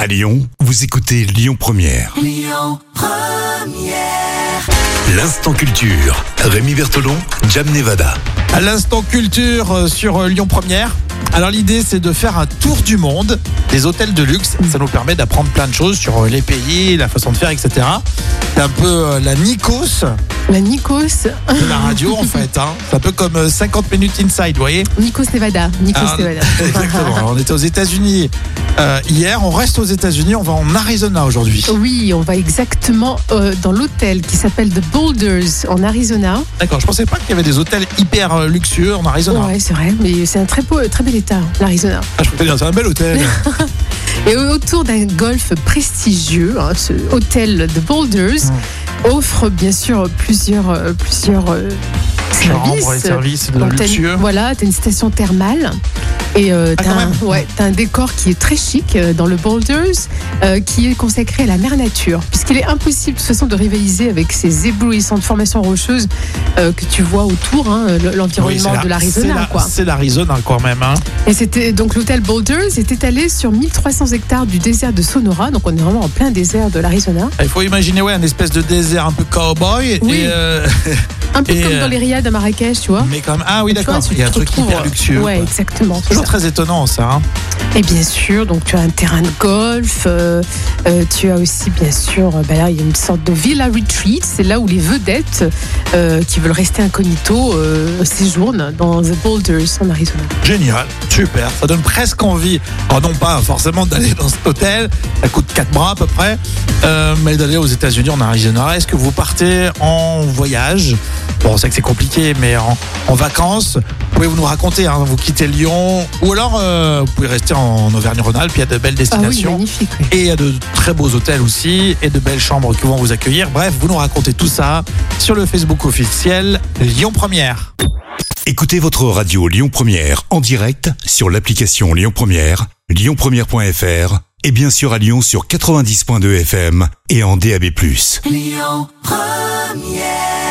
À Lyon, vous écoutez Lyon Première. L'instant culture. Rémi Bertolon, Jam Nevada. À l'instant culture sur Lyon Première. Alors l'idée c'est de faire un tour du monde des hôtels de luxe. Ça nous permet d'apprendre plein de choses sur les pays, la façon de faire, etc. C'est un peu la Nikos La Nikos. de la radio en fait. C'est un peu comme 50 minutes inside, vous voyez. Nikos Nevada. Nevada. Exactement. Alors, on était aux États-Unis hier. On reste aux États-Unis. On va en Arizona aujourd'hui. Oui, on va exactement dans l'hôtel qui s'appelle The Boulders en Arizona. D'accord. Je pensais pas qu'il y avait des hôtels hyper luxueux en Arizona. Ouais, c'est vrai, mais c'est un très bel état, l'Arizona. Je peux te dire, c'est un bel hôtel. Et autour d'un golf prestigieux, ce hôtel The Boulders offre bien sûr plusieurs Chambres et services Donc, luxueux. t'as une station thermale. Et t'as un décor qui est très chic dans le Boulders, qui est consacré à la mère nature, puisqu'il est impossible de toute façon de rivaliser avec ces éblouissantes formations rocheuses que tu vois autour, l'environnement de l'Arizona. C'est l'Arizona quand même. Et c'était donc l'hôtel Boulders est étalé sur 1300 hectares du désert de Sonora, donc on est vraiment en plein désert de l'Arizona. Il faut imaginer un espèce de désert un peu cowboy. Oui. Un peu comme dans les riads à Marrakech, tu vois. Mais quand même, oui d'accord, il y a un truc hyper luxueux. Ouais, exactement. C'est toujours très étonnant ça. Et bien sûr, donc tu as un terrain de golf, tu as aussi bien sûr, là il y a une sorte de villa retreat, c'est là où les vedettes qui veulent rester incognito séjournent dans The Boulders en Arizona. Génial, super, ça donne presque envie. Alors non pas forcément d'aller dans cet hôtel, ça coûte 4 bras à peu près, mais d'aller aux États-Unis en Arizona. Est-ce que vous partez en voyage? Bon, on sait que c'est compliqué, mais en vacances, pouvez-vous nous raconter, vous quittez Lyon, ou alors vous pouvez rester en Auvergne-Rhône-Alpes, il y a de belles destinations. Ah oui, magnifique. Oui. Et il y a de très beaux hôtels aussi, et de belles chambres qui vont vous accueillir. Bref, vous nous racontez tout ça sur le Facebook officiel Lyon Première. Écoutez votre radio Lyon Première en direct sur l'application Lyon Première, lyonpremière.fr et bien sûr à Lyon sur 90.2 FM et en DAB+. Lyon Première.